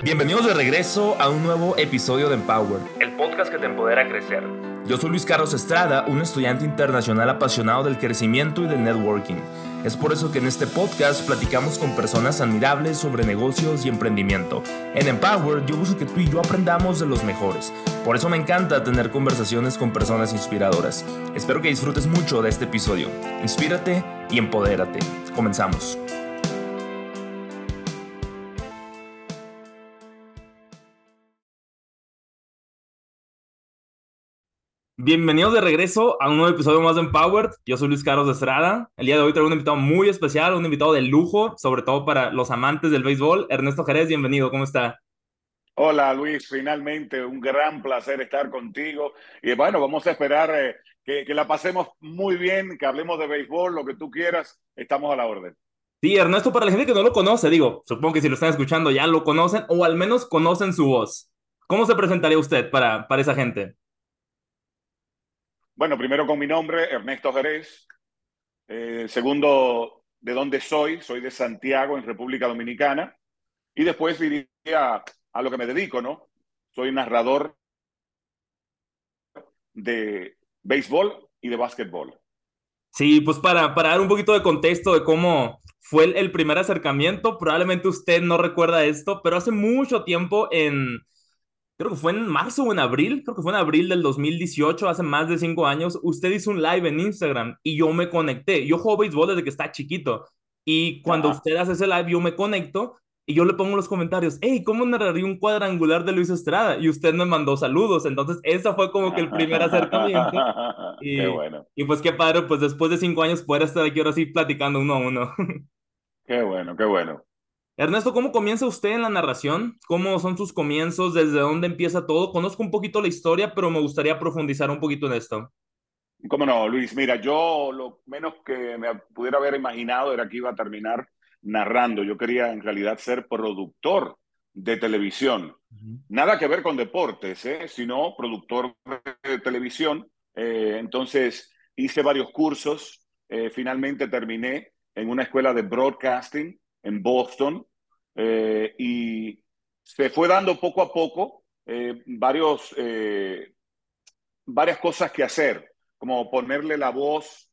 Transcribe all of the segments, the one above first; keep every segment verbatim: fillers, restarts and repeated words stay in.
Bienvenidos de regreso a un nuevo episodio de Empower, el podcast que te empodera a crecer. Yo soy Luis Carlos Estrada, un estudiante internacional apasionado del crecimiento y del networking. Es por eso que en este podcast platicamos con personas admirables sobre negocios y emprendimiento. En Empower yo busco que tú y yo aprendamos de los mejores. Por eso me encanta tener conversaciones con personas inspiradoras. Espero que disfrutes mucho de este episodio. Inspírate y empodérate. Comenzamos. Bienvenidos de regreso a un nuevo episodio más de Empowered. Yo soy Luis Carlos Estrada. El día de hoy traigo un invitado muy especial, un invitado de lujo, sobre todo para los amantes del béisbol. Ernesto Jerez, bienvenido, ¿cómo está? Hola Luis, finalmente un gran placer estar contigo y bueno, vamos a esperar eh, que, que la pasemos muy bien, que hablemos de béisbol, lo que tú quieras, estamos a la orden. Sí, Ernesto, para la gente que no lo conoce, digo, supongo que si lo están escuchando ya lo conocen o al menos conocen su voz. ¿Cómo se presentaría usted para, para esa gente? Bueno, primero con mi nombre, Ernesto Jerez. Eh, segundo, de dónde soy, soy de Santiago, en República Dominicana. Y después diría a lo que me dedico, ¿no? Soy narrador de béisbol y de básquetbol. Sí, pues para, para dar un poquito de contexto de cómo fue el, el primer acercamiento, probablemente usted no recuerda esto, pero hace mucho tiempo en creo que fue en marzo o en abril, creo que fue en abril del dos mil dieciocho, hace más de cinco años, usted hizo un live en Instagram y yo me conecté. Yo juego béisbol desde que está chiquito y cuando Ajá. usted hace ese live yo me conecto y yo le pongo en los comentarios, hey, ¿cómo narraría un cuadrangular de Luis Estrada? Y usted me mandó saludos, entonces esa fue como que el primer acercamiento Qué y, bueno, y pues qué padre, pues después de cinco años poder estar aquí ahora sí platicando uno a uno. qué bueno, qué bueno. Ernesto, ¿cómo comienza usted en la narración? ¿Cómo son sus comienzos? ¿Desde dónde empieza todo? Conozco un poquito la historia, pero me gustaría profundizar un poquito en esto. ¿Cómo no, Luis? Mira, yo lo menos que me pudiera haber imaginado era que iba a terminar narrando. Yo quería en realidad ser productor de televisión. Ujú. Nada que ver con deportes, ¿eh? Sino productor de televisión. Eh, entonces hice varios cursos. Eh, finalmente terminé en una escuela de broadcasting en Boston. Eh, y se fue dando poco a poco eh, varios... Eh, varias cosas que hacer, como ponerle la voz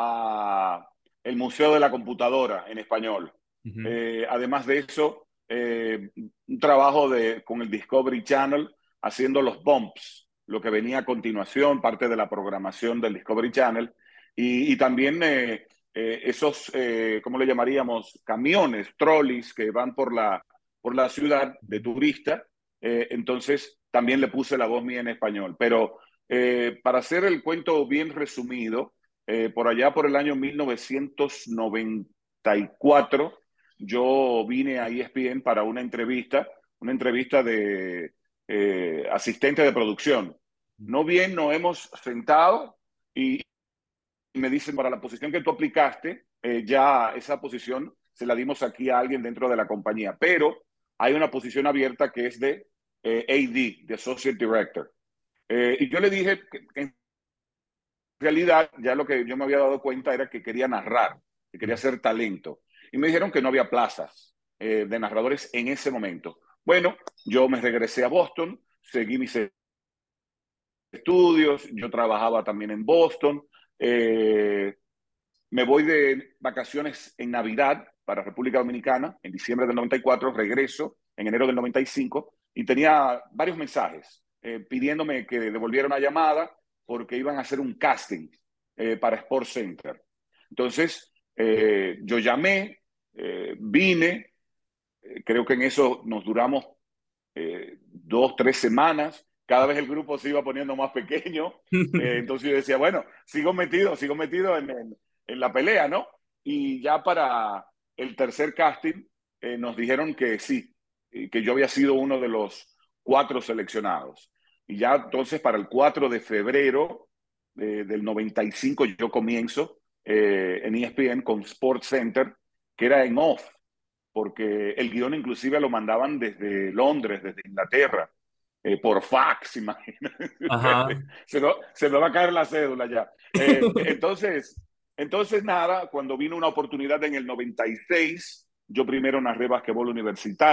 a el Museo de la Computadora en español. Ujú. Eh, además de eso, eh, un trabajo de, con el Discovery Channel haciendo los bumps, lo que venía a continuación, parte de la programación del Discovery Channel, y, y también eh, eh, esos, eh, ¿cómo le llamaríamos? Camiones, trolleys que van por la, por la ciudad de turista. Eh, entonces, también le puse la voz mía en español. Pero eh, para hacer el cuento bien resumido, eh, por allá por el año mil novecientos noventa y cuatro, yo vine a E S P N para una entrevista, una entrevista de eh, asistente de producción. No bien nos hemos sentado y me dicen, para la posición que tú aplicaste, eh, ya esa posición se la dimos aquí a alguien dentro de la compañía, pero hay una posición abierta que es de eh, A D, de Associate Director. Eh, y yo le dije que, que, en realidad ya lo que yo me había dado cuenta era que quería narrar, que quería hacer talento. Y me dijeron que no había plazas eh, de narradores en ese momento. Bueno, yo me regresé a Boston, seguí mis estudios, yo trabajaba también en Boston. Eh, me voy de vacaciones en Navidad para República Dominicana, en diciembre del noventa y cuatro, regreso en enero del noventa y cinco y tenía varios mensajes eh, pidiéndome que devolviera una llamada porque iban a hacer un casting eh, para Sports Center. Entonces, eh, yo llamé, eh, vine, eh, creo que en eso nos duramos eh, dos, tres semanas. Cada vez el grupo se iba poniendo más pequeño. Eh, entonces yo decía, bueno, sigo metido, sigo metido en, en, en la pelea, ¿no? Y ya para el tercer casting eh, nos dijeron que sí, que yo había sido uno de los cuatro seleccionados. Y ya entonces para el cuatro de febrero eh, del noventa y cinco yo comienzo eh, en E S P N con Sports Center, que era en off, porque el guión inclusive lo mandaban desde Londres, desde Inglaterra, eh, por fax, imagínate. Ajá. Se, me, se me va a caer la cédula ya. Eh, entonces, entonces, nada, cuando vino una oportunidad en el noventa y seis, yo primero narré basquetbol universitario,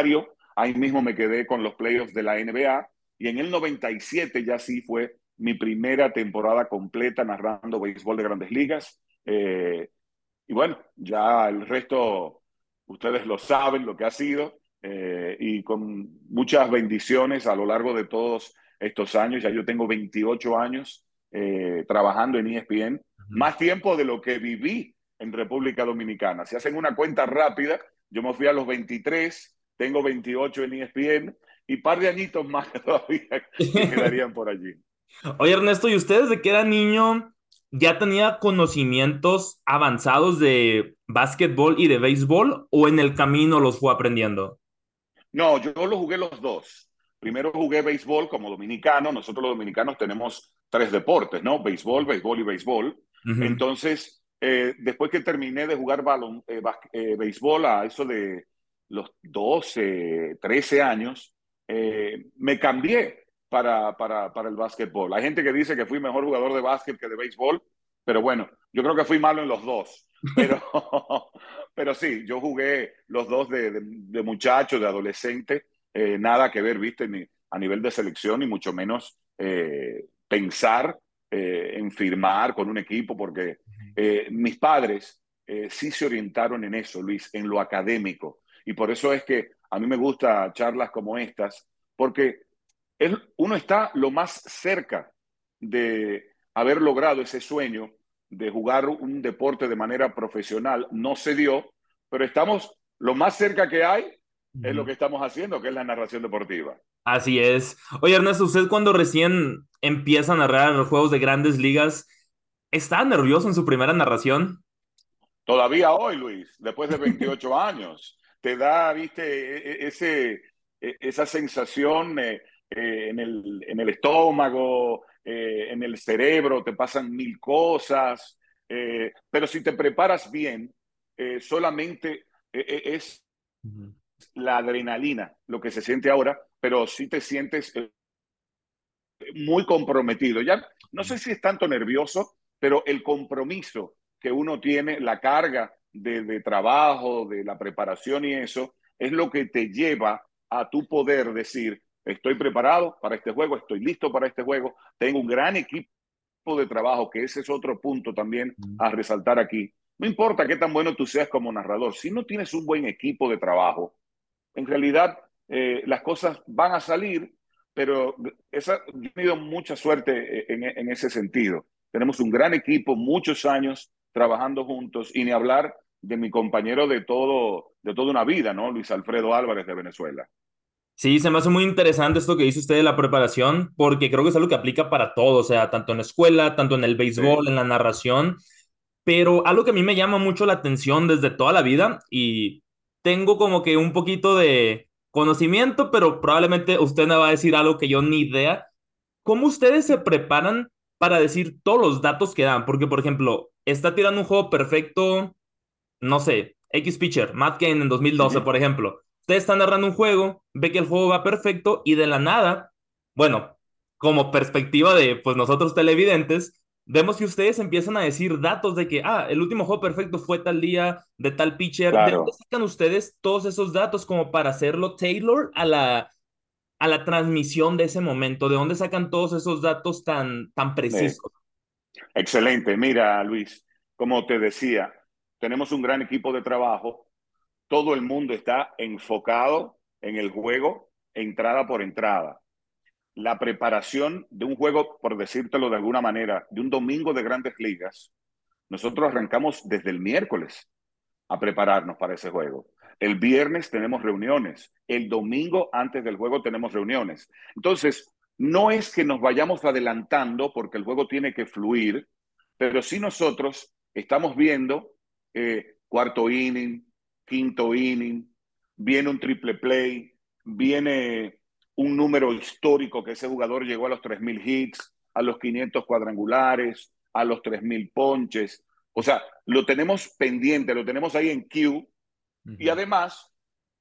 Ahí mismo me quedé con los playoffs de la N B A y en el noventa y siete ya sí fue mi primera temporada completa narrando béisbol de Grandes Ligas. Eh, y bueno, ya el resto, ustedes lo saben, lo que ha sido, eh, y con muchas bendiciones a lo largo de todos estos años. Ya yo tengo veintiocho años eh, trabajando en E S P N, Ujú. más tiempo de lo que viví en República Dominicana. Si hacen una cuenta rápida, yo me fui a los veintitrés, tengo veintiocho en E S P N y par de añitos más todavía que quedarían por allí. Oye, Ernesto, ¿y usted desde que era niño ya tenía conocimientos avanzados de básquetbol y de béisbol o en el camino los fue aprendiendo? No, yo lo jugué los dos. Primero jugué béisbol como dominicano. Nosotros los dominicanos tenemos tres deportes, ¿no? Béisbol, béisbol y béisbol. Ujú. Entonces, eh, después que terminé de jugar balón, eh, bas- eh, béisbol a eso de los doce, trece años, eh, me cambié para, para, para el básquetbol. Hay gente que dice que fui mejor jugador de básquet que de béisbol, pero bueno, yo creo que fui malo en los dos. Pero, pero sí, yo jugué los dos de, de, de muchacho, de adolescente, eh, nada que ver, viste, ni a nivel de selección, ni mucho menos eh, pensar eh, en firmar con un equipo, porque eh, mis padres eh, sí se orientaron en eso, Luis, en lo académico. Y por eso es que a mí me gusta charlas como estas, porque es, uno está lo más cerca de haber logrado ese sueño de jugar un deporte de manera profesional. No se dio, pero estamos, lo más cerca que hay es lo Ujú. que estamos haciendo, que es la narración deportiva. Así es. Oye, Ernesto, usted cuando recién empieza a narrar los juegos de grandes ligas, ¿estaba nervioso en su primera narración? Todavía hoy, Luis, después de veintiocho años, te da, viste, e- e- ese, e- esa sensación eh, eh, en el, en el estómago, eh, en el cerebro, te pasan mil cosas, eh, pero si te preparas bien, eh, solamente eh, eh, es Ujú. la adrenalina lo que se siente ahora, pero sí te sientes eh, muy comprometido. Ya no sé si es tanto nervioso, pero el compromiso que uno tiene, la carga de, de trabajo, de la preparación y eso, es lo que te lleva a tu poder decir, estoy preparado para este juego, estoy listo para este juego, tengo un gran equipo de trabajo, que ese es otro punto también a resaltar aquí. No importa qué tan bueno tú seas como narrador, si no tienes un buen equipo de trabajo, en realidad eh, las cosas van a salir, pero esa, yo he tenido mucha suerte en, en, ese sentido. Tenemos un gran equipo, muchos años trabajando juntos y ni hablar de mi compañero de todo, de toda una vida, ¿no? Luis Alfredo Álvarez de Venezuela. Sí, se me hace muy interesante esto que dice usted de la preparación, porque creo que es algo que aplica para todo, o sea, tanto en la escuela, tanto en el béisbol, Sí, en la narración, pero algo que a mí me llama mucho la atención desde toda la vida y tengo como que un poquito de conocimiento, pero probablemente usted me va a decir algo que yo ni idea. ¿Cómo ustedes se preparan para decir todos los datos que dan? Porque, por ejemplo, está tirando un juego perfecto, no sé, X Pitcher, Matt Cain en dos mil uh doce, -huh. por ejemplo. Usted está narrando un juego, ve que el juego va perfecto y de la nada, bueno, como perspectiva de pues nosotros televidentes, vemos que ustedes empiezan a decir datos de que, ah, el último juego perfecto fue tal día, de tal pitcher. ¿De dónde Claro. sacan ustedes todos esos datos como para hacerlo tailor a la, a la transmisión de ese momento? ¿De dónde sacan todos esos datos tan, tan Eh, precisos? excelente. Mira, Luis, como te decía, tenemos un gran equipo de trabajo. Todo el mundo está enfocado en el juego entrada por entrada. La preparación de un juego, por decírtelo de alguna manera, de un domingo de grandes ligas, nosotros arrancamos desde el miércoles a prepararnos para ese juego. El viernes tenemos reuniones, el domingo antes del juego tenemos reuniones. Entonces, no es que nos vayamos adelantando porque el juego tiene que fluir, pero sí nosotros estamos viendo eh, cuarto inning, quinto inning, viene un triple play, viene un número histórico que ese jugador llegó a los tres mil hits, a los quinientos cuadrangulares, a los tres mil ponches. O sea, lo tenemos pendiente, lo tenemos ahí en queue. Y Ujú. además,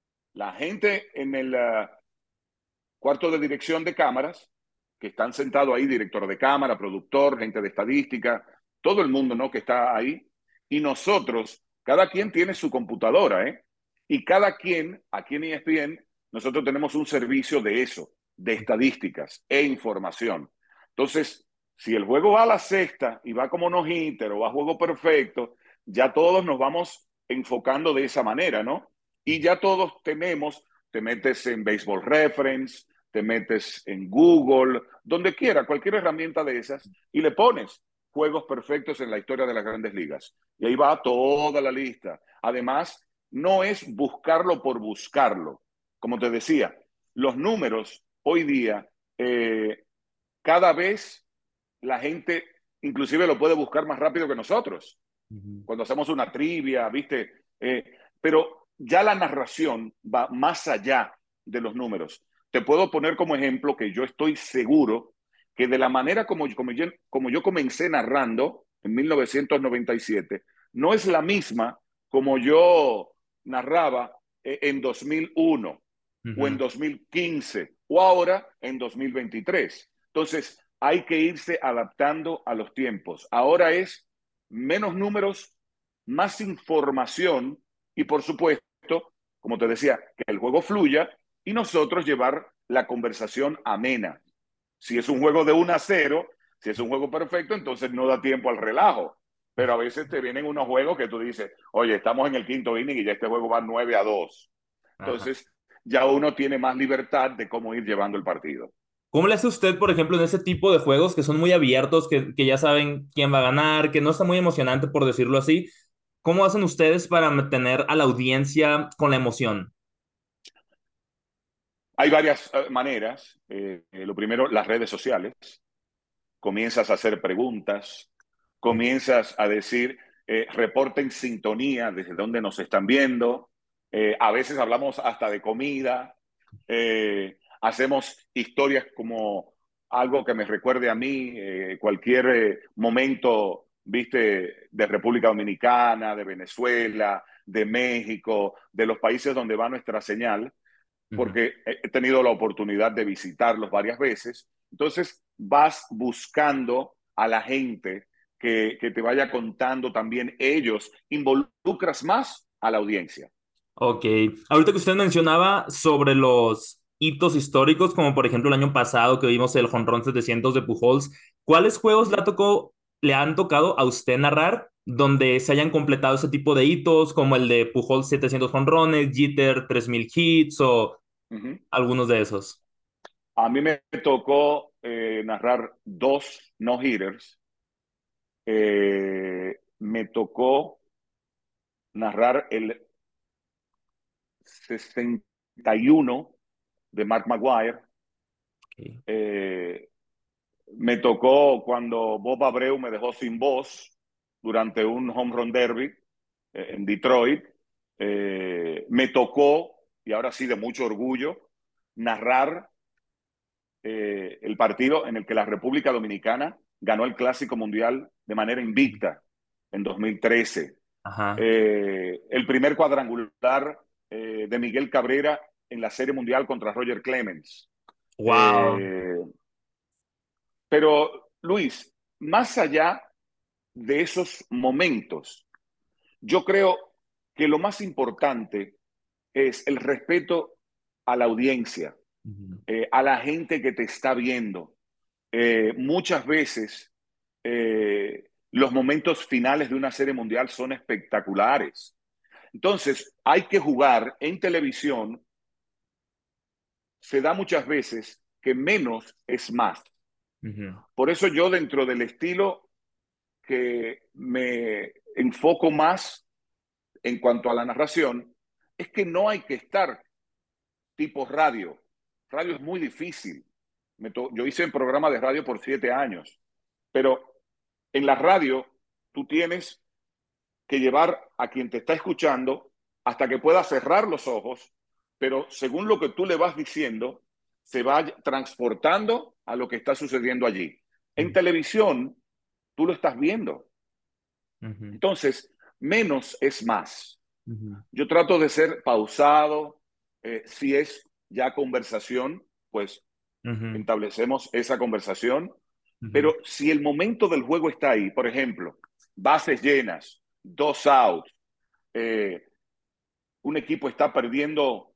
la gente en el uh, cuarto de dirección de cámaras, que están sentados ahí, director de cámara, productor, gente de estadística, todo el mundo, ¿no? Que está ahí. Y nosotros, cada quien tiene su computadora, ¿eh? Y cada quien, aquí en E S P N, nosotros tenemos un servicio de eso, de estadísticas e información. Entonces, si el juego va a la sexta y va como no-hitter o va a juego perfecto, ya todos nos vamos enfocando de esa manera, ¿no? Y ya todos tenemos, te metes en Baseball Reference, te metes en Google, donde quiera, cualquier herramienta de esas, y le pones juegos perfectos en la historia de las grandes ligas. Y ahí va toda la lista. Además, no es buscarlo por buscarlo. Como te decía, los números hoy día, eh, cada vez la gente inclusive lo puede buscar más rápido que nosotros. Ujú. Cuando hacemos una trivia, ¿viste? Eh, pero ya la narración va más allá de los números. Te puedo poner como ejemplo que yo estoy seguro que de la manera como, como, yo, como yo comencé narrando en mil novecientos noventa y siete, no es la misma como yo narraba eh, en dos mil uno o en Ujú. dos mil quince o ahora en dos mil veintitrés. Entonces, hay que irse adaptando a los tiempos. Ahora es menos números, más información y, por supuesto, como te decía, que el juego fluya y nosotros llevar la conversación amena. Si es un juego de uno a cero, si es un juego perfecto, entonces no da tiempo al relajo. Pero a veces te vienen unos juegos que tú dices, oye, estamos en el quinto inning y ya este juego va nueve a dos. Ajá. Entonces, ya uno tiene más libertad de cómo ir llevando el partido. ¿Cómo le hace usted, por ejemplo, en ese tipo de juegos que son muy abiertos, que, que ya saben quién va a ganar, que no está muy emocionante, por decirlo así? ¿Cómo hacen ustedes para mantener a la audiencia con la emoción? Hay varias uh, maneras. Eh, eh, lo primero, las redes sociales. Comienzas a hacer preguntas, comienzas a decir, eh, reporten sintonía desde donde nos están viendo. Eh, a veces hablamos hasta de comida. Eh, hacemos historias como algo que me recuerde a mí, eh, cualquier eh, momento, viste, de República Dominicana, de Venezuela, de México, de los países donde va nuestra señal, Ujú. porque he tenido la oportunidad de visitarlos varias veces. Entonces vas buscando a la gente que, que te vaya contando también ellos, involucras más a la audiencia. Ok. Ahorita que usted mencionaba sobre los hitos históricos, como por ejemplo el año pasado que vimos el jonrón setecientos de Pujols, ¿cuáles Uh juegos le, ha -huh. tocó, le han tocado a usted narrar donde se hayan completado ese tipo de hitos, como el de Pujols setecientos jonrones, Jeter tres mil hits o Uh -huh. algunos de esos? A mí me tocó eh, narrar dos no-hitters. Eh, me tocó narrar el sesenta y uno de Mark Maguire. Ok. Eh, Me tocó cuando Bob Abreu me dejó sin voz durante un home run derby eh, en Detroit. Eh, me tocó, y ahora sí de mucho orgullo, narrar eh, el partido en el que la República Dominicana ganó el Clásico Mundial de manera invicta en dos mil trece. Ajá. Eh, el primer cuadrangular eh, de Miguel Cabrera en la Serie Mundial contra Roger Clemens. Wow. Eh, pero, Luis, más allá de esos momentos, yo creo que lo más importante es el respeto a la audiencia, Ujú. eh, a la gente que te está viendo. Eh, muchas veces eh, los momentos finales de una serie mundial son espectaculares. Entonces, hay que jugar en televisión. Se da muchas veces que menos es más. Ujú. Por eso yo dentro del estilo que me enfoco más en cuanto a la narración, es que no hay que estar tipo radio. Radio es muy difícil. Me to yo hice un programa de radio por siete años, pero en la radio tú tienes que llevar a quien te está escuchando hasta que pueda cerrar los ojos, pero según lo que tú le vas diciendo, se va transportando a lo que está sucediendo allí. En televisión, tú lo estás viendo. Ujú. Entonces, menos es más. Ujú. Yo trato de ser pausado. Eh, si es ya conversación, pues Ujú. establecemos esa conversación. Ujú. Pero si el momento del juego está ahí, por ejemplo, bases llenas, dos outs, eh, un equipo está perdiendo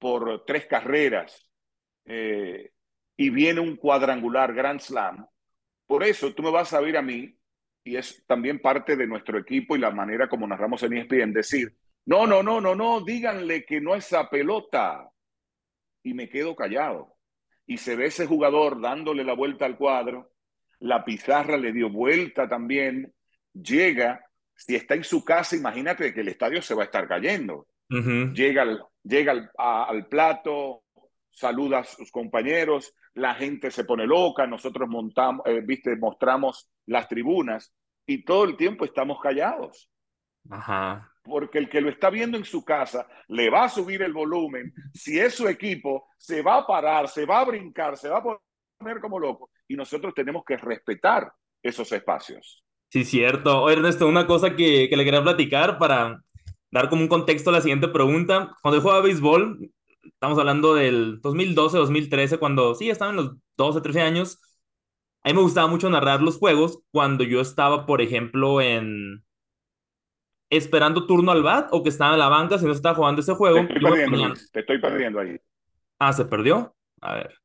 por tres carreras eh, y viene un cuadrangular Grand Slam. Por eso tú me vas a oír a mí, y es también parte de nuestro equipo y la manera como narramos en E S P N, decir, no, no, no, no, no, díganle que no es esa pelota. Y me quedo callado. Y se ve ese jugador dándole la vuelta al cuadro, la pizarra le dio vuelta también, llega, si está en su casa, imagínate que el estadio se va a estar cayendo. Ujú. Llega al, llega al, a, al plato, saluda a sus compañeros, la gente se pone loca, nosotros montamos, eh, viste, mostramos las tribunas y todo el tiempo estamos callados. Ajá. Porque el que lo está viendo en su casa le va a subir el volumen. Si es su equipo, se va a parar, se va a brincar, se va a poner como loco. Y nosotros tenemos que respetar esos espacios. Sí, cierto. Oye, Ernesto, una cosa que, que le quería platicar para dar como un contexto a la siguiente pregunta. Cuando yo jugaba béisbol, estamos hablando del dos mil doce, dos mil trece, cuando sí, estaba en los doce, trece años. A mí me gustaba mucho narrar los juegos cuando yo estaba, por ejemplo, en esperando turno al bat o que estaba en la banca, si no se estaba jugando ese Te juego, estoy yo me perdiendo, ponía... Luis. Te estoy perdiendo ahí. Ah, ¿se perdió? A ver.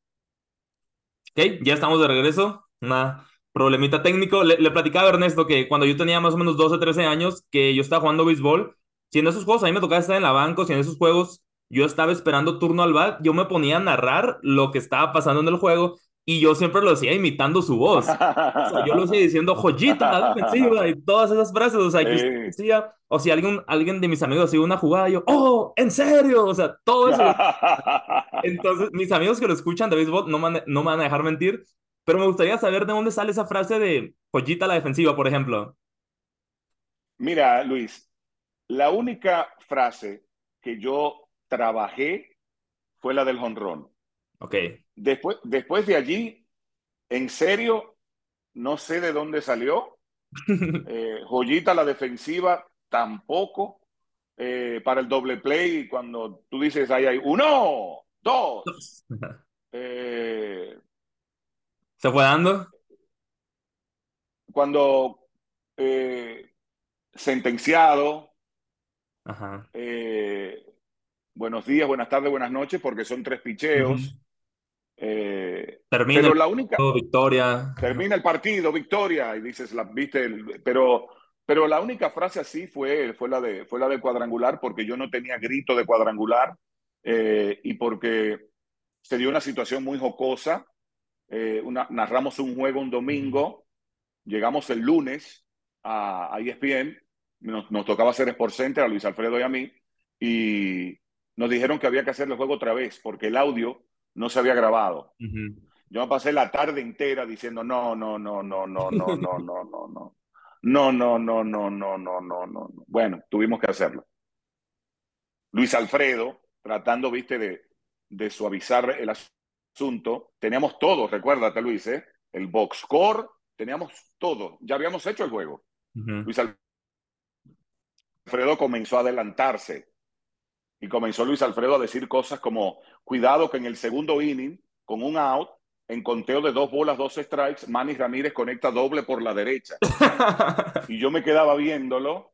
Ok, ya estamos de regreso. Una problemita técnico. Le, le platicaba a Ernesto que cuando yo tenía más o menos doce, trece años, que yo estaba jugando béisbol, si en esos juegos a mí me tocaba estar en la banca, o si en esos juegos yo estaba esperando turno al bat, yo me ponía a narrar lo que estaba pasando en el juego y yo siempre lo hacía imitando su voz. O sea, yo lo hacía diciendo joyita a la defensiva y todas esas frases, o sea, que usted Eh. decía, o si alguien, alguien de mis amigos hacía una jugada, yo, oh, ¿en serio? O sea, todo eso. Entonces, mis amigos que lo escuchan de béisbol no me, van- no me van a dejar mentir, pero me gustaría saber de dónde sale esa frase de joyita a la defensiva, por ejemplo. Mira, Luis, la única frase que yo trabajé fue la del jonrón. Ok. Después, después de allí, en serio, no sé de dónde salió. Eh, joyita la defensiva, tampoco. Eh, para el doble play, cuando tú dices ahí hay uno, dos, eh, ¿Se fue dando? cuando eh, sentenciado, Ajá. eh, buenos días, buenas tardes, buenas noches, porque son tres Ujú. picheos. Eh, Termina pero el la única, partido, victoria. termina el partido, victoria, y dices, la, viste, el- pero, pero la única frase así fue, fue, la de, fue la de cuadrangular, porque yo no tenía grito de cuadrangular eh, y porque se dio una situación muy jocosa. Eh, una, narramos un juego un Ujú. domingo, llegamos el lunes a, a E S P N, nos, nos tocaba hacer Sport Center a Luis Alfredo y a mí, y nos dijeron que había que hacer el juego otra vez porque el audio no se había grabado. Ujú. Yo me pasé la tarde entera diciendo no, no, no, no, no, no, no, no, no, no. No, no, no, no, no, no, no, no. Bueno, tuvimos que hacerlo. Luis Alfredo, tratando, viste, de, de suavizar el asunto. Teníamos todo, recuérdate, Luis, ¿eh? El box score, teníamos todo. Ya habíamos hecho el juego. Ujú. Luis Alfredo comenzó a adelantarse y comenzó Luis Alfredo a decir cosas como, cuidado que en el segundo inning, con un out, en conteo de dos bolas, dos strikes, Manny Ramírez conecta doble por la derecha. Y yo me quedaba viéndolo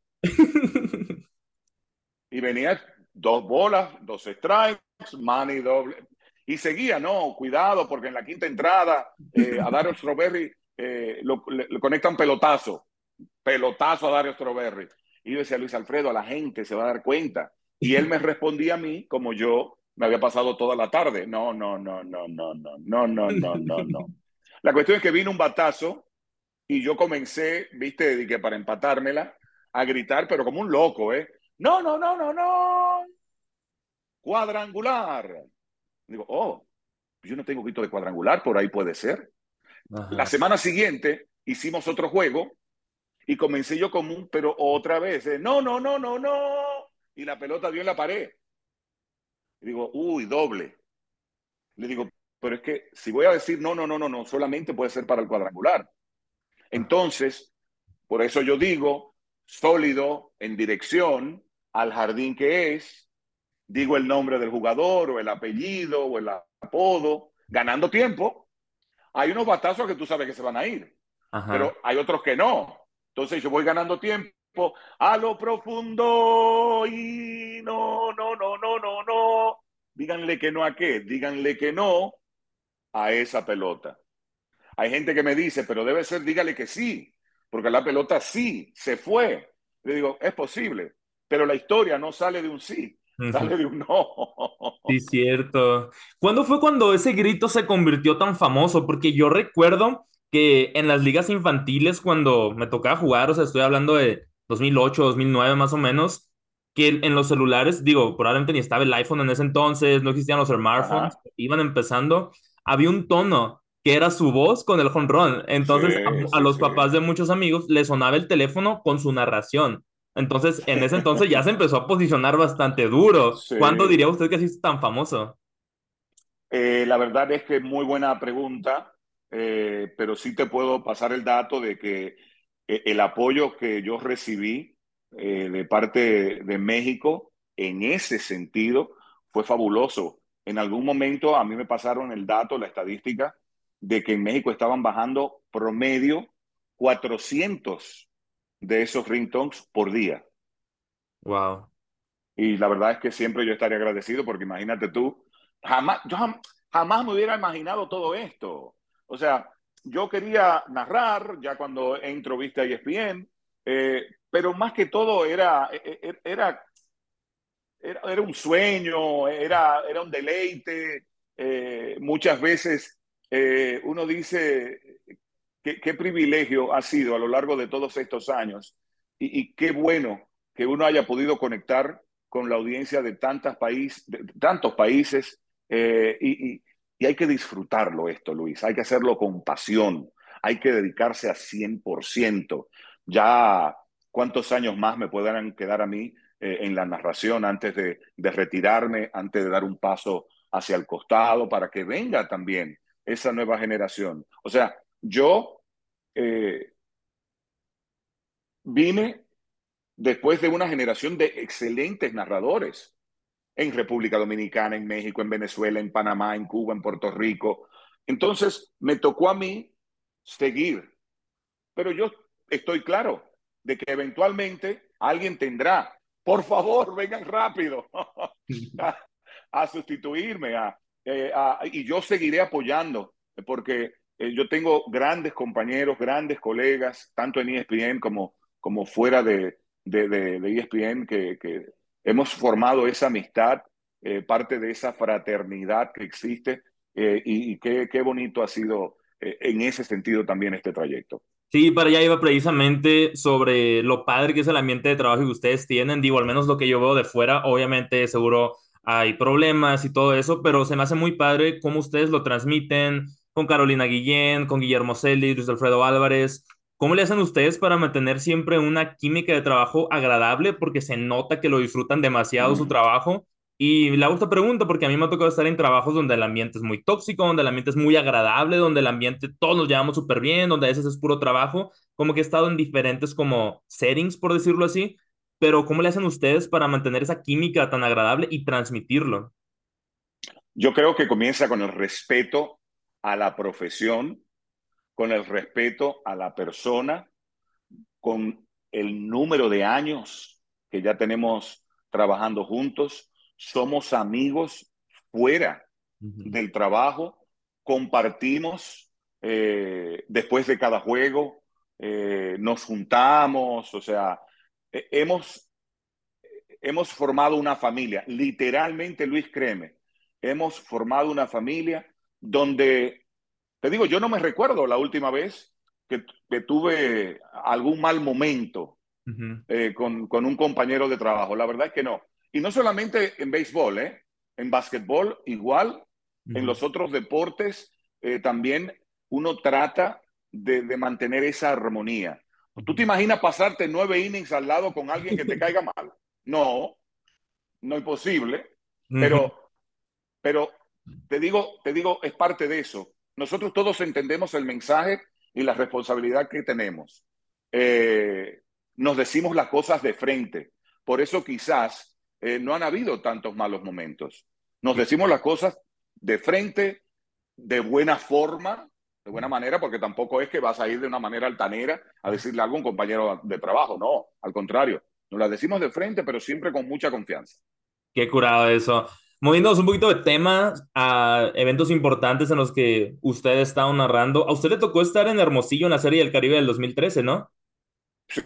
y venía dos bolas, dos strikes, Manny doble. Y seguía, no, cuidado, porque en la quinta entrada eh, a Dario Strawberry eh, lo, le, le conectan pelotazo, pelotazo a Dario Strawberry. Y yo decía, Luis Alfredo, a la gente se va a dar cuenta. Y él me respondía a mí como yo me había pasado toda la tarde. No, no, no, no, no, no, no, no, no, no, no. La cuestión es que vino un batazo y yo comencé, viste, de que para empatármela, a gritar, pero como un loco, ¿eh? No, no, no, no, no. Cuadrangular. Digo, oh, yo no tengo grito de cuadrangular, por ahí puede ser. La Ajá. semana siguiente hicimos otro juego y comencé yo como un, pero otra vez, ¿eh? No, no, no, no, no. Y la pelota dio en la pared. Y digo, uy, doble. Le digo, pero es que si voy a decir no, no, no, no, no, solamente puede ser para el cuadrangular. Entonces, por eso yo digo, sólido, en dirección al jardín que es, digo el nombre del jugador o el apellido o el apodo, ganando tiempo. Hay unos batazos que tú sabes que se van a ir, pero Ajá. hay otros que no. Entonces yo voy ganando tiempo a lo profundo y no, no, no, no, no, no. díganle que no a qué, díganle que no a esa pelota. Hay gente que me dice, pero debe ser, dígale que sí, porque la pelota sí, se fue. Le digo, es posible, pero la historia no sale de un sí, sale de un no. Sí, cierto. ¿Cuándo fue cuando ese grito se convirtió tan famoso? Porque yo recuerdo que en las ligas infantiles, cuando me tocaba jugar, o sea, estoy hablando de dos mil ocho, dos mil nueve más o menos, que en los celulares, digo, probablemente ni estaba el iPhone en ese entonces, no existían los smartphones, Ajá, iban empezando, había un tono que era su voz con el jonrón. Entonces, sí, a, a sí, los sí. papás de muchos amigos les sonaba el teléfono con su narración. Entonces, en ese entonces ya se empezó a posicionar bastante duro. ¿Cuándo Sí. diría usted que así es tan famoso? Eh, la verdad es que es muy buena pregunta, eh, pero sí te puedo pasar el dato de que eh, el apoyo que yo recibí eh, de parte de México en ese sentido fue fabuloso. En algún momento a mí me pasaron el dato, la estadística, de que en México estaban bajando promedio cuatrocientos de esos ringtones por día. Wow. Y la verdad es que siempre yo estaría agradecido porque imagínate tú, jamás, yo jam- jamás me hubiera imaginado todo esto. O sea, yo quería narrar ya cuando entro, viste, a E S P N, eh, pero más que todo era, e- e- era, era, era un sueño, era, era un deleite. Eh, muchas veces eh, uno dice qué, qué privilegio ha sido a lo largo de todos estos años y, y qué bueno que uno haya podido conectar con la audiencia de, tantas país, de tantos países eh, y, y, y hay que disfrutarlo esto, Luis, hay que hacerlo con pasión, hay que dedicarse a cien por ciento. Ya cuántos años más me puedan quedar a mí eh, en la narración antes de, de retirarme, antes de dar un paso hacia el costado para que venga también esa nueva generación. O sea, yo eh, vine después de una generación de excelentes narradores en República Dominicana, en México, en Venezuela, en Panamá, en Cuba, en Puerto Rico. Entonces, me tocó a mí seguir, pero yo estoy claro de que eventualmente alguien tendrá, por favor, vengan rápido a, a sustituirme, a, eh, a, y yo seguiré apoyando, porque eh, yo tengo grandes compañeros, grandes colegas, tanto en E S P N como, como fuera de, de, de, de E S P N, que, que, hemos formado esa amistad, eh, parte de esa fraternidad que existe, eh, y, y qué, qué bonito ha sido eh, en ese sentido también este trayecto. Sí, para allá iba precisamente sobre lo padre que es el ambiente de trabajo que ustedes tienen. Digo, al menos lo que yo veo de fuera, obviamente seguro hay problemas y todo eso, pero se me hace muy padre cómo ustedes lo transmiten con Carolina Guillén, con Guillermo Celis, Luis Alfredo Álvarez. ¿Cómo le hacen ustedes para mantener siempre una química de trabajo agradable? Porque se nota que lo disfrutan demasiado su Mm. trabajo. Y le hago esta pregunta porque a mí me ha tocado estar en trabajos donde el ambiente es muy tóxico, donde el ambiente es muy agradable, donde el ambiente todos nos llevamos súper bien, donde a veces es puro trabajo, como que he estado en diferentes como settings, por decirlo así, pero ¿cómo le hacen ustedes para mantener esa química tan agradable y transmitirlo? Yo creo que comienza con el respeto a la profesión, con el respeto a la persona, con el número de años que ya tenemos trabajando juntos. Somos amigos fuera Ujú. del trabajo, compartimos eh, después de cada juego, eh, nos juntamos, o sea, eh, hemos hemos formado una familia, literalmente, Luis, créeme, hemos formado una familia donde, te digo, yo no me recuerdo la última vez que, que tuve algún mal momento Ujú. eh, con, con, un compañero de trabajo, la verdad es que no. Y no solamente en béisbol, ¿eh? En básquetbol igual, en Ujú. los otros deportes eh, también uno trata de, de mantener esa armonía. ¿Tú te Ujú. imaginas pasarte nueve innings al lado con alguien que te caiga mal? No, no imposible, Ujú. pero, pero te digo, te digo, es parte de eso. Nosotros todos entendemos el mensaje y la responsabilidad que tenemos. Eh, nos decimos las cosas de frente. Por eso quizás eh, no han habido tantos malos momentos. Nos Sí. decimos las cosas de frente, de buena forma, de buena manera, porque tampoco es que vas a ir de una manera altanera a decirle algo a un compañero de trabajo, no, al contrario, nos las decimos de frente, pero siempre con mucha confianza. Qué curado eso. Moviéndonos un poquito de tema a eventos importantes en los que usted estaba narrando. A usted le tocó estar en Hermosillo en la Serie del Caribe del dos mil trece, ¿no? Sí,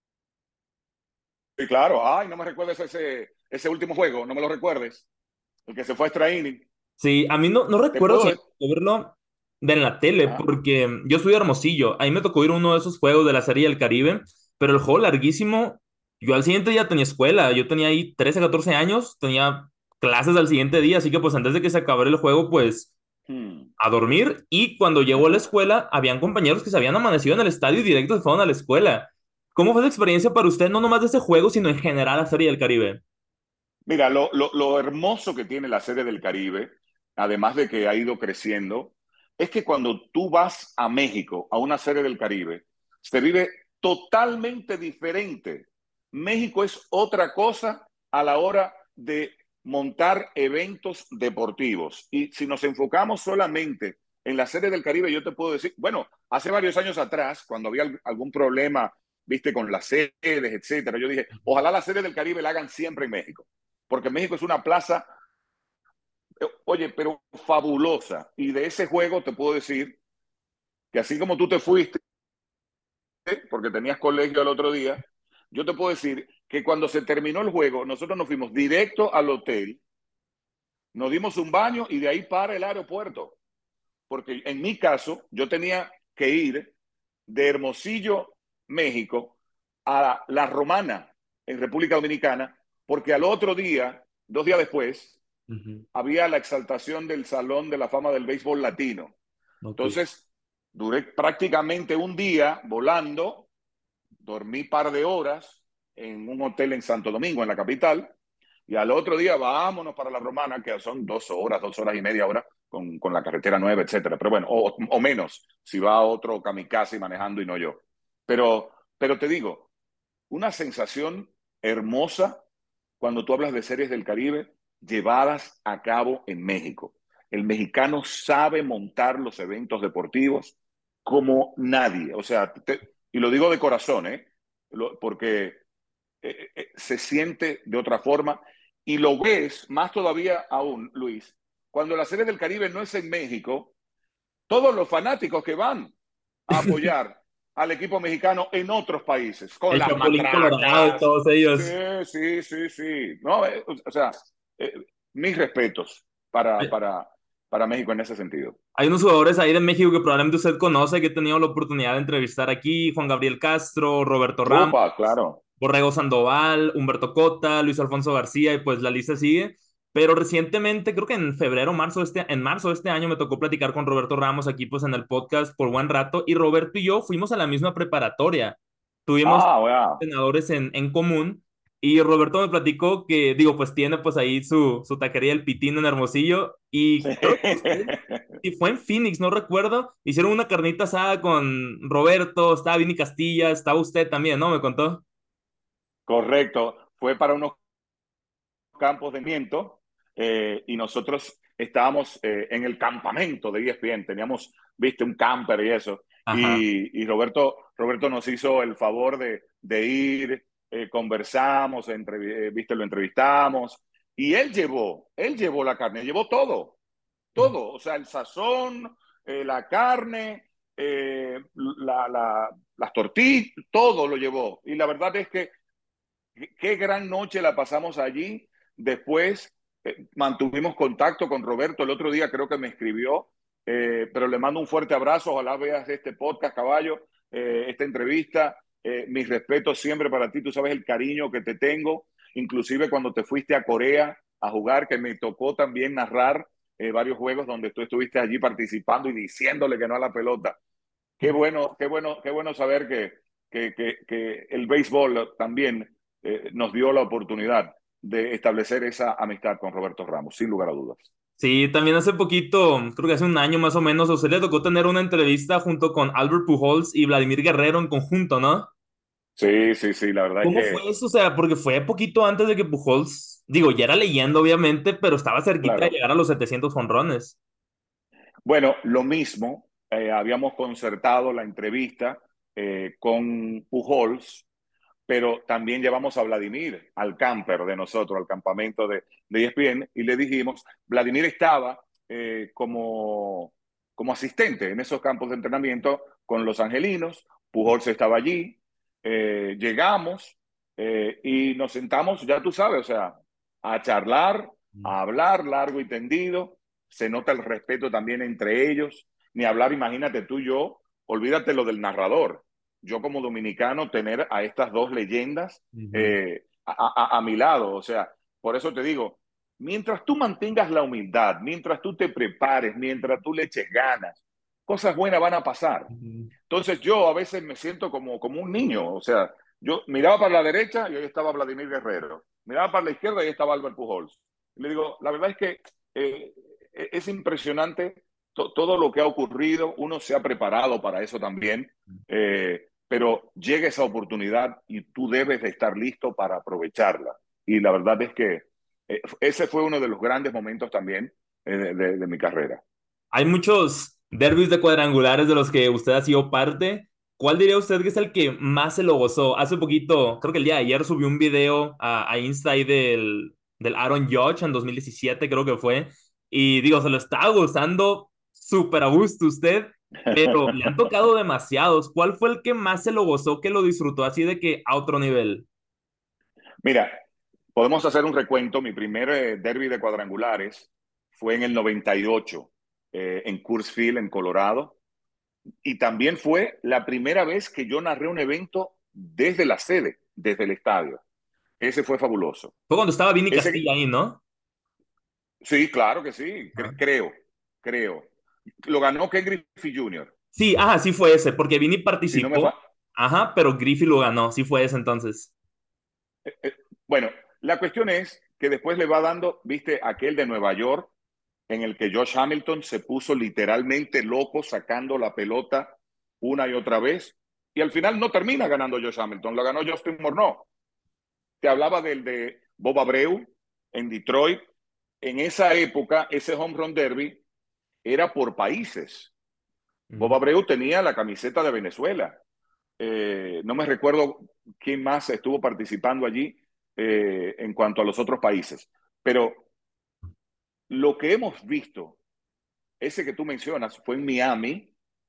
sí, claro. Ay, no me recuerdes ese, ese último juego, no me lo recuerdes. El que se fue a extra inning. Sí, a mí no, no Te recuerdo si puedo me decir. tocó verlo de en la tele, Ajá. porque yo soy de Hermosillo. A mí me tocó ir a uno de esos juegos de la Serie del Caribe, pero el juego larguísimo. Yo al siguiente día tenía escuela. Yo tenía ahí trece, catorce años, tenía clases al siguiente día, así que pues antes de que se acabara el juego, pues Hmm. a dormir. Y cuando llegó a la escuela, habían compañeros que se habían amanecido en el estadio y directo se fueron a la escuela. ¿Cómo fue esa experiencia para usted, no nomás de ese juego, sino en general la Serie del Caribe? Mira, lo, lo, lo hermoso que tiene la Serie del Caribe, además de que ha ido creciendo, es que cuando tú vas a México, a una Serie del Caribe, se vive totalmente diferente. México es otra cosa a la hora de montar eventos deportivos. Y si nos enfocamos solamente en la Serie del Caribe, yo te puedo decir, bueno, hace varios años atrás, cuando había algún problema, viste, con las sedes, etcétera, yo dije, ojalá la Serie del Caribe la hagan siempre en México, porque México es una plaza, eh, oye, pero fabulosa. Y de ese juego te puedo decir que así como tú te fuiste, porque tenías colegio el otro día, yo te puedo decir que cuando se terminó el juego, nosotros nos fuimos directo al hotel, nos dimos un baño y de ahí para el aeropuerto. Porque en mi caso, yo tenía que ir de Hermosillo, México, a La Romana, en República Dominicana, porque al otro día, dos días después, Ujú. había la exaltación del Salón de la Fama del Béisbol Latino. Ok. Entonces, duré prácticamente un día volando, dormí un par de horas en un hotel en Santo Domingo, en la capital, y al otro día vámonos para la Romana, que son dos horas, dos horas y media hora con, con la carretera nueva, etcétera. Pero bueno, o, o menos, si va otro kamikaze manejando y no yo. Pero, pero te digo, una sensación hermosa cuando tú hablas de series del Caribe llevadas a cabo en México. El mexicano sabe montar los eventos deportivos como nadie. O sea, te, y lo digo de corazón, ¿eh? Lo, porque eh, eh, se siente de otra forma y lo ves más todavía aún, Luis, cuando la serie del Caribe no es en México, todos los fanáticos que van a apoyar al equipo mexicano en otros países, con El las Chapulín Colorado y matracas. todos Sí, ellos. sí, sí, sí. No, eh, o sea, eh, mis respetos para, para, para México en ese sentido. Hay unos jugadores ahí de México que probablemente usted conoce, que he tenido la oportunidad de entrevistar aquí: Juan Gabriel Castro, Roberto Ramos, Upa, claro. Borrego Sandoval, Humberto Cota, Luis Alfonso García, y pues la lista sigue. Pero recientemente, creo que en febrero, marzo de este, en marzo de este año, me tocó platicar con Roberto Ramos aquí pues en el podcast por buen rato, y Roberto y yo fuimos a la misma preparatoria. Tuvimos Ah, wow. entrenadores en, en común, y Roberto me platicó que, digo, pues tiene pues ahí su, su taquería El Pitín en Hermosillo, Sí. y creo que usted, y fue en Phoenix, no recuerdo, hicieron una carnita asada con Roberto, estaba Vini Castilla, estaba usted también, ¿no? Me contó. Correcto. Fue para unos campos de entrenamiento eh, y nosotros estábamos eh, en el campamento de E S P N, teníamos, viste, un camper y eso, Ajá. y, y Roberto, Roberto nos hizo el favor de, de ir, eh, conversamos, entre, eh, viste, lo entrevistamos, y él llevó, él llevó la carne, llevó todo, todo, o sea, el sazón, eh, la carne, eh, la, la, las tortillas, todo lo llevó, y la verdad es que qué gran noche la pasamos allí. Después eh, mantuvimos contacto con Roberto. El otro día creo que me escribió, eh, pero le mando un fuerte abrazo. Ojalá veas este podcast, caballo, eh, esta entrevista. Eh, mis respetos siempre para ti. Tú sabes el cariño que te tengo. Inclusive cuando te fuiste a Corea a jugar, que me tocó también narrar eh, varios juegos donde tú estuviste allí participando y diciéndole que no a la pelota. Qué bueno, qué bueno, qué bueno saber que, que, que, que el béisbol también eh, nos dio la oportunidad de establecer esa amistad con Roberto Ramos, sin lugar a dudas. Sí, también hace poquito, creo que hace un año más o menos, a usted le tocó tener una entrevista junto con Albert Pujols y Vladimir Guerrero en conjunto, ¿no? Sí, sí, sí, la verdad es ¿Cómo que, fue eso? O sea, porque fue poquito antes de que Pujols, digo, ya era leyenda obviamente, pero estaba cerquita de claro. llegar a los setecientos jonrones. Bueno, lo mismo, eh, habíamos concertado la entrevista eh, con Pujols, pero también llevamos a Vladimir al camper de nosotros, al campamento de, de E S P N, y le dijimos, Vladimir estaba eh, como, como asistente en esos campos de entrenamiento con los angelinos, Pujols estaba allí, eh, llegamos eh, y nos sentamos, ya tú sabes, o sea, a charlar, a hablar largo y tendido, se nota el respeto también entre ellos, ni hablar, imagínate tú y yo, olvídate lo del narrador, yo como dominicano tener a estas dos leyendas Ujú. eh, a, a, a mi lado, o sea, por eso te digo, mientras tú mantengas la humildad, mientras tú te prepares, mientras tú le eches ganas, cosas buenas van a pasar. Ujú. Entonces yo a veces me siento como, como un niño, o sea, yo miraba para la derecha y ahí estaba Vladimir Guerrero, miraba para la izquierda y ahí estaba Albert Pujols. Y le digo, la verdad es que eh, es impresionante to todo lo que ha ocurrido, uno se ha preparado para eso también, eh, pero llega esa oportunidad y tú debes de estar listo para aprovecharla. Y la verdad es que eh, ese fue uno de los grandes momentos también eh, de, de, de mi carrera. Hay muchos derbis de cuadrangulares de los que usted ha sido parte. ¿Cuál diría usted que es el que más se lo gozó? Hace poquito, creo que el día de ayer subió un video a, a Insta ahí del, del Aaron Judge en dos mil diecisiete, creo que fue. Y digo, se lo estaba gozando súper a gusto usted, pero le han tocado demasiados. ¿Cuál fue el que más se lo gozó, que lo disfrutó así de que a otro nivel? Mira, podemos hacer un recuento. Mi primer eh, derby de cuadrangulares fue en el noventa y ocho, eh, en Coors Field, en Colorado. Y también fue la primera vez que yo narré un evento desde la sede, desde el estadio. Ese fue fabuloso. Fue cuando estaba Vini Ese, Castilla ahí, ¿no? sí, claro que sí, Ajá. cre creo, creo. Lo ganó Ken Griffey junior Sí, ajá, sí fue ese, porque Vini Si no me fa... participó, ajá, pero Griffey lo ganó, sí fue ese entonces. eh, eh, bueno, la cuestión es que después le va dando, viste, aquel de Nueva York, en el que Josh Hamilton se puso literalmente loco sacando la pelota una y otra vez, y al final no termina ganando Josh Hamilton, lo ganó Justin Morneau. Te hablaba del de Bob Abreu en Detroit. En esa época, ese home run derby era por países. Bob Ujú. Abreu tenía la camiseta de Venezuela. Eh, no me recuerdo quién más estuvo participando allí eh, en cuanto a los otros países. Pero lo que hemos visto, ese que tú mencionas, fue en Miami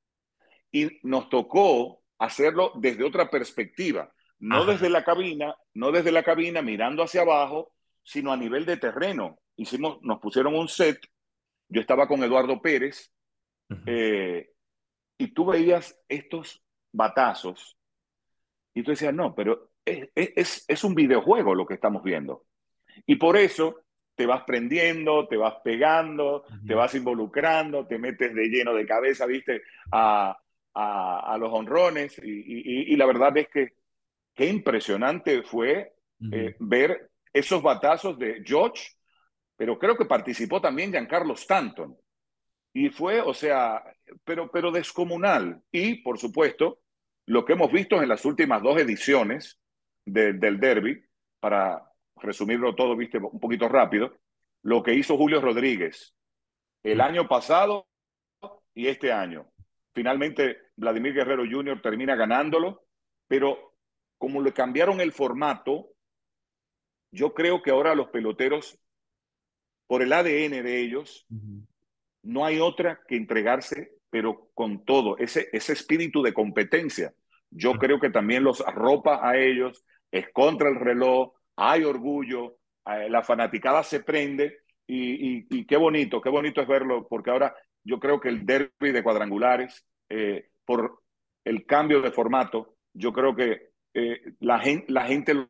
y nos tocó hacerlo desde otra perspectiva, no Ajá. desde la cabina, no desde la cabina mirando hacia abajo, sino a nivel de terreno. Hicimos, nos pusieron un set, yo estaba con Eduardo Pérez, Ujú. eh, y tú veías estos batazos y tú decías, no, pero es, es, es un videojuego lo que estamos viendo. Y por eso te vas prendiendo, te vas pegando, te Ujú. vas involucrando, te metes de lleno de cabeza, viste, a, a, a los honrones. Y, y, y, la verdad es que qué impresionante fue Ujú. eh, ver esos batazos de George, pero creo que participó también Giancarlo Stanton. Y fue, o sea, pero, pero descomunal. Y, por supuesto, lo que hemos visto en las últimas dos ediciones de, del Derby, para resumirlo todo, viste, un poquito rápido, lo que hizo Julio Rodríguez el año pasado y este año. Finalmente, Vladimir Guerrero junior termina ganándolo, pero como le cambiaron el formato, yo creo que ahora los peloteros, por el A D N de ellos, Ujú. no hay otra que entregarse, pero con todo, ese, ese espíritu de competencia. Yo creo que también los arropa a ellos, es contra el reloj, hay orgullo, eh, la fanaticada se prende y, y, y, qué bonito, qué bonito es verlo, porque ahora yo creo que el derby de cuadrangulares, eh, por el cambio de formato, yo creo que eh, la, gente, la gente lo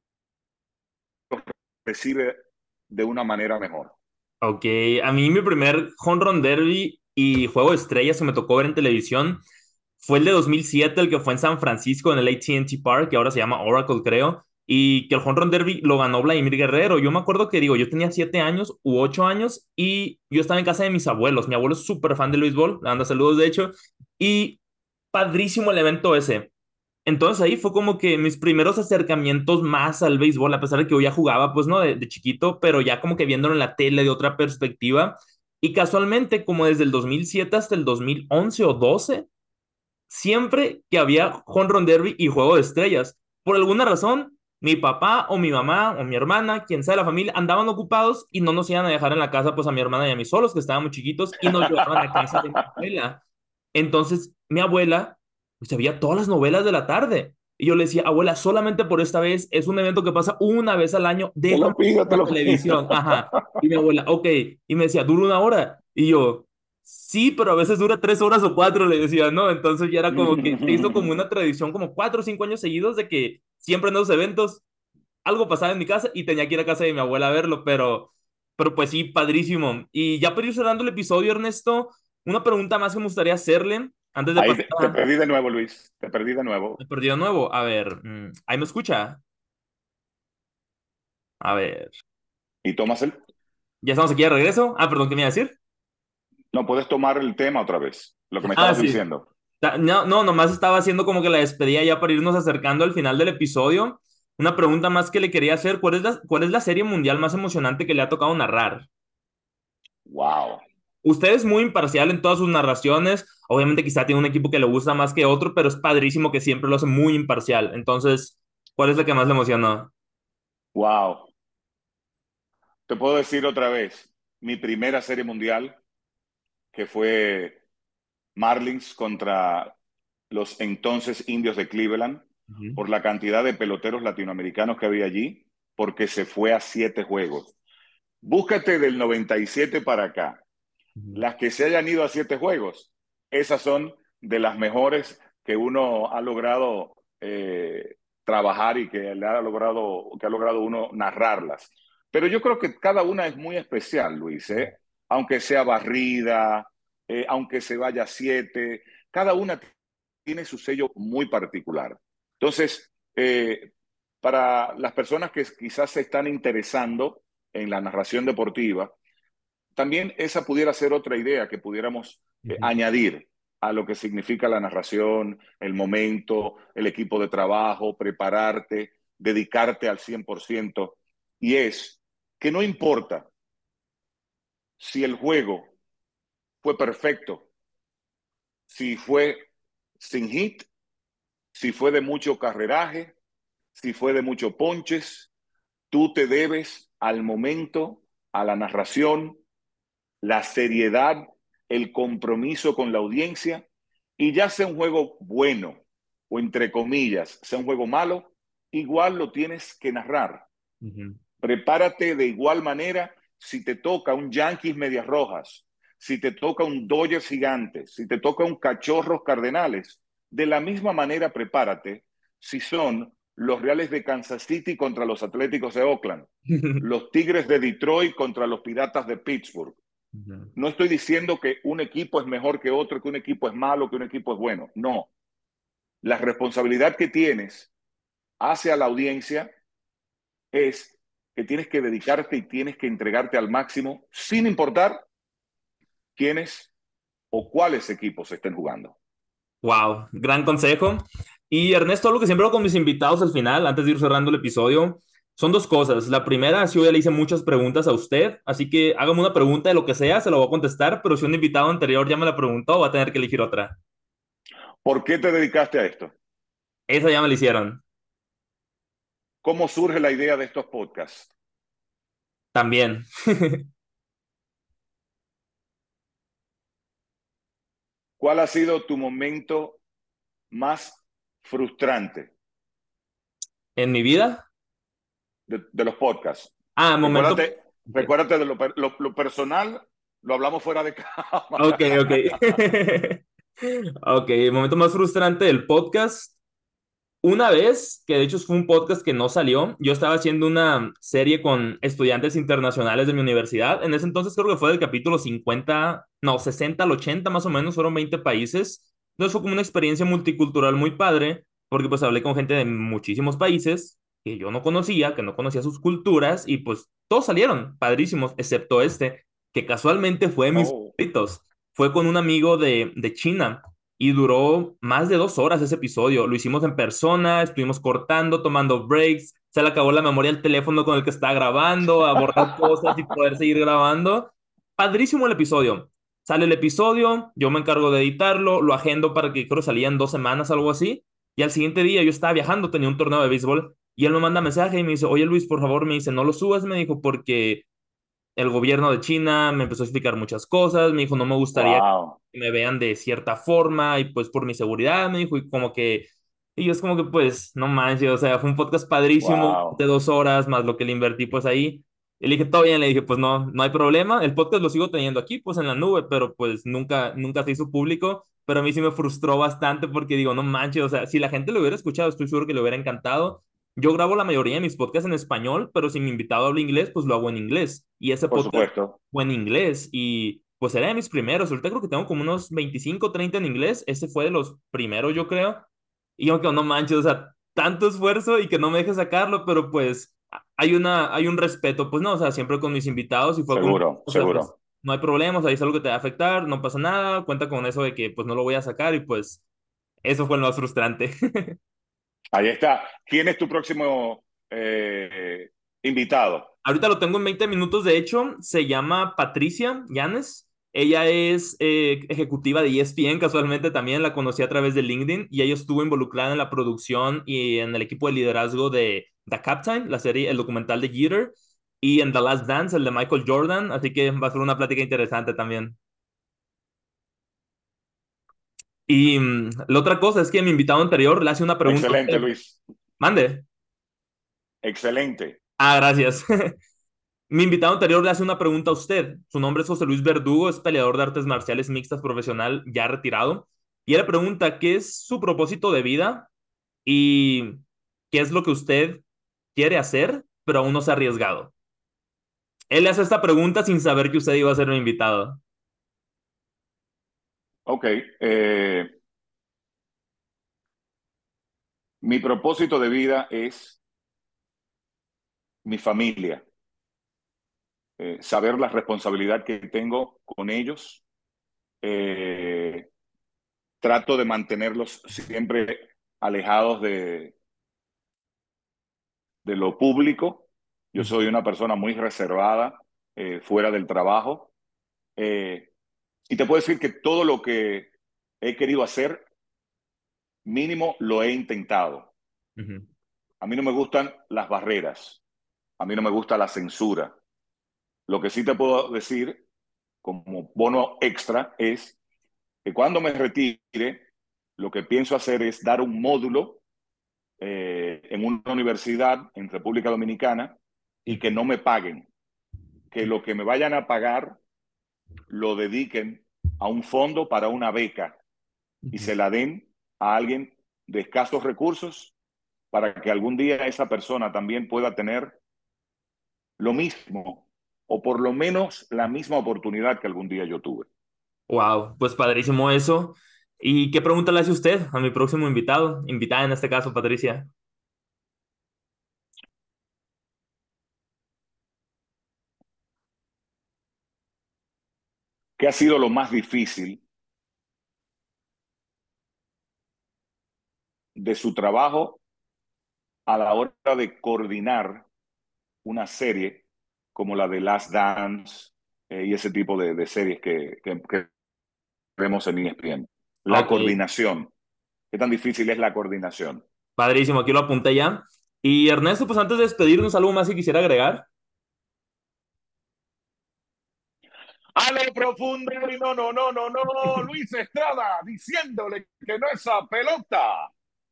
recibe de una manera mejor. Ok, a mí mi primer Home Run Derby y juego de estrellas que me tocó ver en televisión fue el de dos mil siete, el que fue en San Francisco, en el A T and T Park, que ahora se llama Oracle, creo, y que el Home Run Derby lo ganó Vladimir Guerrero. Yo me acuerdo que, digo, yo tenía siete años u ocho años y yo estaba en casa de mis abuelos. Mi abuelo es súper fan del béisbol, le manda saludos, de hecho, y padrísimo el evento ese. Entonces ahí fue como que mis primeros acercamientos más al béisbol, a pesar de que yo ya jugaba, pues no, de, de chiquito, pero ya como que viéndolo en la tele de otra perspectiva. Y casualmente, como desde el dos mil siete hasta el dos mil once o doce, siempre que había Home Run Derby y Juego de Estrellas, por alguna razón, mi papá o mi mamá o mi hermana, quien sea de la familia, andaban ocupados y no nos iban a dejar en la casa, pues a mi hermana y a mí solos, que estábamos chiquitos, y nos llevaban a casa de mi abuela. Entonces, mi abuela, pues veía todas las novelas de la tarde. Y yo le decía, abuela, solamente por esta vez, es un evento que pasa una vez al año, Te déjame lo pido, te la lo pido. televisión. Ajá. Y mi abuela, ok. Y me decía, ¿dura una hora? Y yo, sí, pero a veces dura tres horas o cuatro, le decía, ¿no? Entonces ya era como que se hizo como una tradición, como cuatro o cinco años seguidos de que siempre en los eventos algo pasaba en mi casa y tenía que ir a casa de mi abuela a verlo, pero, pero pues sí, padrísimo. Y ya para ir cerrando el episodio, Ernesto, una pregunta más que me gustaría hacerle antes de Ahí pasar te, te a... perdí de nuevo, Luis. Te perdí de Me nuevo. perdí de nuevo. A ver, mm, ahí me escucha. A ver, ¿Y tomas el? ¿ya estamos aquí de regreso? Ah, perdón, ¿qué me iba a decir? No puedes tomar el tema otra vez. Lo que me Ah, estabas sí. diciendo. Ta- No, no, nomás estaba haciendo como que la despedida ya para irnos acercando al final del episodio. Una pregunta más que le quería hacer, ¿cuál es la, cuál es la serie mundial más emocionante que le ha tocado narrar? Wow. Usted es muy imparcial en todas sus narraciones. Obviamente quizá tiene un equipo que le gusta más que otro, pero es padrísimo que siempre lo hace muy imparcial. Entonces, ¿cuál es la que más le emocionó? Wow. Te puedo decir otra vez. Mi primera serie mundial, que fue Marlins contra los entonces indios de Cleveland, Ujú, por la cantidad de peloteros latinoamericanos que había allí, porque se fue a siete juegos. Búscate del noventa y siete para acá. ujú. Las que se hayan ido a siete juegos, esas son de las mejores que uno ha logrado eh, trabajar y que le ha logrado, que ha logrado uno narrarlas. Pero yo creo que cada una es muy especial, Luis, ¿eh? Aunque sea barrida, eh, aunque se vaya a siete, cada una tiene su sello muy particular. Entonces, eh, para las personas que quizás se están interesando en la narración deportiva, también esa pudiera ser otra idea que pudiéramos eh, Ujú. añadir a lo que significa la narración, el momento, el equipo de trabajo, prepararte, dedicarte al cien por ciento. Y es que no importa si el juego fue perfecto, si fue sin hit, si fue de mucho carreraje, si fue de mucho ponches, tú te debes al momento, a la narración, la seriedad, el compromiso con la audiencia, y ya sea un juego bueno o entre comillas, sea un juego malo, igual lo tienes que narrar. Ujú. Prepárate de igual manera si te toca un Yankees Medias Rojas, si te toca un Dodgers Gigantes, si te toca un Cachorros Cardenales. De la misma manera prepárate si son los Reales de Kansas City contra los Atléticos de Oakland, los Tigres de Detroit contra los Piratas de Pittsburgh. Ujú. No estoy diciendo que un equipo es mejor que otro, que un equipo es malo, que un equipo es bueno. No. La responsabilidad que tienes hacia la audiencia es que tienes que dedicarte y tienes que entregarte al máximo sin importar quiénes o cuáles equipos estén jugando. Wow, gran consejo. Y Ernesto, lo que siempre hago con mis invitados al final, antes de ir cerrando el episodio, son dos cosas. La primera, si yo ya le hice muchas preguntas a usted, así que hágame una pregunta de lo que sea, se la voy a contestar, pero si un invitado anterior ya me la preguntó, va a tener que elegir otra. ¿Por qué te dedicaste a esto? Esa ya me la hicieron. ¿Cómo surge la idea de estos podcasts? También. ¿Cuál ha sido tu momento más frustrante En mi vida. de, de los podcasts? Ah, momento. Recuérdate, recuérdate de lo, lo, lo personal, lo hablamos fuera de Ok, cámara. ok. Ok, el momento más frustrante del podcast. Una vez, que de hecho fue un podcast que no salió, yo estaba haciendo una serie con estudiantes internacionales de mi universidad. En ese entonces creo que fue del capítulo cincuenta, no, sesenta al ochenta más o menos, fueron veinte países. Entonces fue como una experiencia multicultural muy padre, porque pues hablé con gente de muchísimos países que yo no conocía, que no conocía sus culturas, y pues todos salieron padrísimos, excepto este, que casualmente fue de mis Oh, favoritos. Fue con un amigo de, de China y duró más de dos horas ese episodio. Lo hicimos en persona, estuvimos cortando, tomando breaks, se le acabó la memoria del teléfono con el que estaba grabando, a borrar cosas y poder seguir grabando. Padrísimo el episodio. Sale el episodio, yo me encargo de editarlo, lo agendo para que creo salía en dos semanas, algo así. Y al siguiente día yo estaba viajando, tenía un torneo de béisbol Y él me manda mensaje y me dice, oye Luis, por favor, me dice, no lo subas, me dijo, porque el gobierno de China me empezó a explicar muchas cosas, me dijo, no me gustaría Wow, que me vean de cierta forma y pues por mi seguridad, me dijo, y como que, y yo es como que pues, no manches, o sea, fue un podcast padrísimo de wow. dos horas más lo que le invertí pues ahí. Y le dije, todo bien, le dije, pues no, no hay problema, el podcast lo sigo teniendo aquí pues en la nube, pero pues nunca, nunca se hizo público, pero a mí sí me frustró bastante porque digo, no manches, o sea, si la gente lo hubiera escuchado, estoy seguro que le hubiera encantado. Yo grabo la mayoría de mis podcasts en español, pero si mi invitado habla inglés, pues lo hago en inglés. Y ese Por podcast supuesto. fue en inglés y pues era de mis primeros. Ahorita creo que tengo como unos veinticinco treinta en inglés. Ese fue de los primeros, yo creo. Y yo que no manches, o sea, tanto esfuerzo y que no me deje sacarlo, pero pues hay una, hay un respeto, pues no, o sea, siempre con mis invitados y fue como, Seguro, o sea, seguro. pues no hay problemas, ahí es algo que te va a afectar, no pasa nada, cuenta con eso de que pues no lo voy a sacar y pues eso fue lo más frustrante. Ahí está. ¿Quién es tu próximo eh, invitado? Ahorita lo tengo en veinte minutos, de hecho, se llama Patricia Yanes. Ella es eh, ejecutiva de E S P N, casualmente también la conocí a través de LinkedIn y ella estuvo involucrada en la producción y en el equipo de liderazgo de The Captain, la serie, el documental de Jeter, y en The Last Dance, el de Michael Jordan, así que va a ser una plática interesante también. Y mm, la otra cosa es que mi invitado anterior le hace una pregunta a Excelente, usted. Luis. Mande. Excelente. Ah, gracias. Mi invitado anterior le hace una pregunta a usted. Su nombre es José Luis Verdugo, es peleador de artes marciales mixtas profesional ya retirado. Y él le pregunta qué es su propósito de vida y qué es lo que usted quiere hacer, pero aún no se ha arriesgado. Él le hace esta pregunta sin saber que usted iba a ser mi invitado. Ok. eh, mi propósito de vida es mi familia. Eh, saber la responsabilidad que tengo con ellos. Eh, trato de mantenerlos siempre alejados de, de lo público. Yo Ujú, soy una persona muy reservada eh, fuera del trabajo. Eh, y te puedo decir que todo lo que he querido hacer, mínimo lo he intentado. ujú, A mí no me gustan las barreras, a mí no me gusta la censura. Lo que sí te puedo decir como bono extra es que cuando me retire, lo que pienso hacer es dar un módulo eh, en una universidad en República Dominicana y que ujú, no me paguen, que lo que me vayan a pagar lo dediquen a un fondo para una beca y ujú. se la den a alguien de escasos recursos para que algún día esa persona también pueda tener lo mismo o por lo menos la misma oportunidad que algún día yo tuve. Wow, pues padrísimo eso. ¿Y qué pregunta le hace usted a mi próximo invitado? Invitada en este caso, Patricia. ¿Qué ha sido lo más difícil de su trabajo a la hora de coordinar una serie como la de Last Dance eh, y ese tipo de, de series que, que, que vemos en E S P N? La Ok, coordinación. ¿Qué tan difícil es la coordinación? padrísimo, aquí lo apunté ya. Y Ernesto, pues antes de despedirnos, algo más que quisiera agregar. A lo profundo y no, no, no, no, no, Luis Estrada diciéndole que no es a pelota.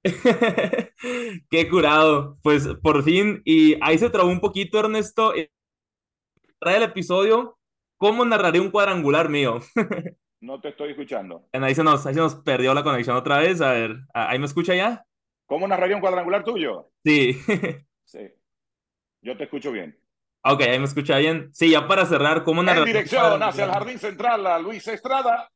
Qué curado. Pues por fin, y ahí se trabó un poquito, Ernesto. eh, Trae el episodio, ¿cómo narraré un cuadrangular mío? No te estoy escuchando. Bueno, ahí se nos, ahí se nos perdió la conexión otra vez. A ver, ¿ah, ¿ahí me escucha ya? ¿Cómo narraría un cuadrangular tuyo? Sí. Sí, yo te escucho bien. Ok, ahí me escucha bien. Sí, ya para cerrar, ¿cómo En narraré un dirección hacia cuadrangular? el jardín central, a Luis Estrada.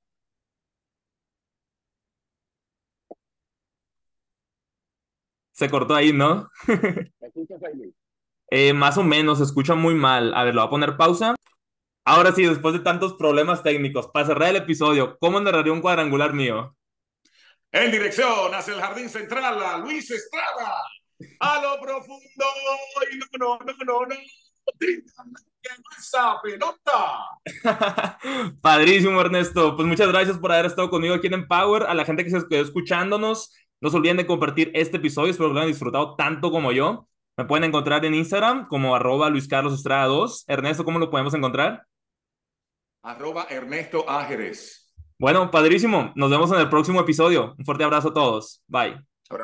Se cortó ahí, ¿no? ¿Me escuchas ahí, Luis? Eh, más o menos, se escucha muy mal. A ver, lo voy a poner pausa. Ahora sí, después de tantos problemas técnicos, para cerrar el episodio, ¿cómo narraría un cuadrangular mío? En dirección hacia el jardín central, a Luis Estrada. A lo profundo y no, no, no, no, no. Dígame que no es a pelota. Padrísimo, Ernesto. Pues muchas gracias por haber estado conmigo aquí en Empower. A la gente que se quedó escuchándonos, no se olviden de compartir este episodio. Espero que lo hayan disfrutado tanto como yo. Me pueden encontrar en Instagram como arroba Luis Carlos Estrada dos. Ernesto, ¿cómo lo podemos encontrar? Arroba Ernesto Ágeres. Bueno, padrísimo. Nos vemos en el próximo episodio. Un fuerte abrazo a todos. Bye.